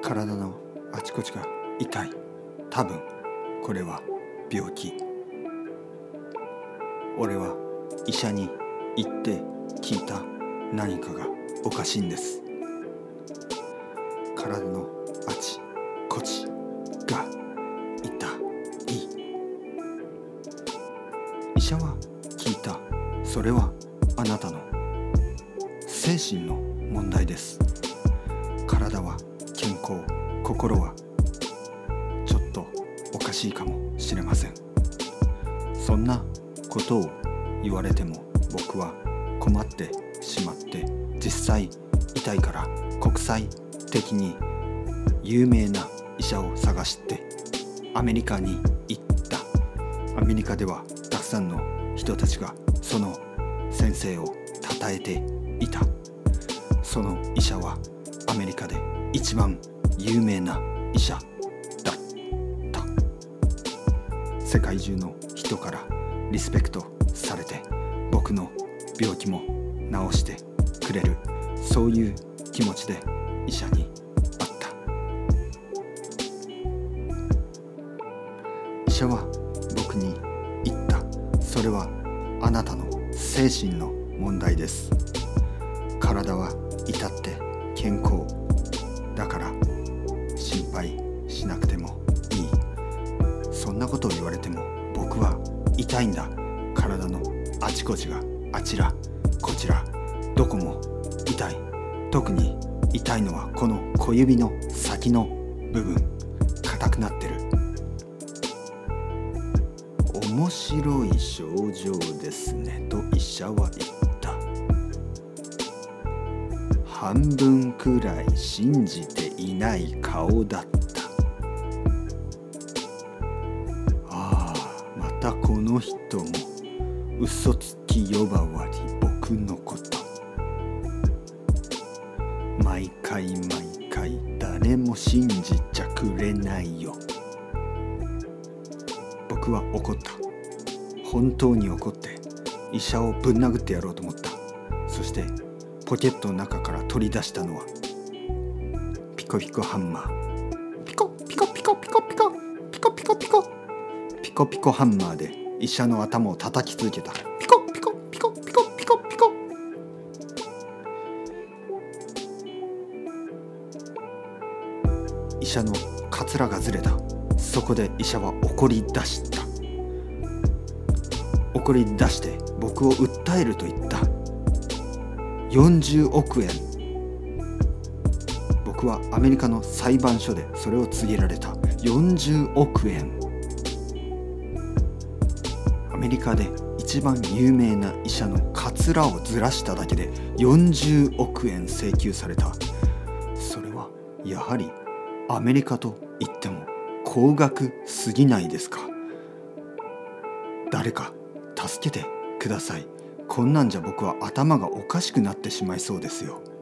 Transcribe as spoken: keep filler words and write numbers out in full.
体のあちこちが痛い。多分これは病気。俺は医者に行って聞いた。何かがおかしいんです。体のあちこちが痛い。医者は聞いた。それはあなたの精神の問題です。体は健康、心はちょっとおかしいかもしれません。そんなことを言われても僕は困ってしまって、実際痛いから国際的に有名な医者を探してアメリカに行った。アメリカではたくさんの人たちがその先生を称えていた。その医者はアメリカで一番有名な医者だった。世界中の人からリスペクトされて、僕の病気も治してくれる、そういう気持ちで医者に会った。医者は僕に言った。それはあなたの精神の問題です。体は至って健康だから心配しなくてもいい。そんなことを言われても僕は痛いんだ。体のあちこちがあちらこちらどこも痛い。特に痛いのはこの小指の先の部分、硬くなってる。面白い症状ですねと医者は言った。半分くらい信じていない顔だった。ああ、またこの人も嘘つき呼ばわり僕のこと。毎回毎回誰も信じちゃくれないよ。僕は怒った。本当に怒って医者をぶん殴ってやろうと思った。そしてポケットの中から取り出したのはピコピコハンマー。ピコピコピコピコピコピコピコピコピコピコハンマーで医者の頭を叩き続けた。ピコピコピコピコピコピコ。医者のカツラがずれた。そこで医者は怒り出した。怒り出して僕を訴えると言った。よんじゅうおくえん。僕はアメリカの裁判所でそれを告げられた。よんじゅうおくえん。アメリカで一番有名な医者のカツラをずらしただけでよんじゅうおくえん請求された。それはやはりアメリカと言っても高額すぎないですか。誰か助けてください。こんなんじゃ僕は頭がおかしくなってしまいそうですよ。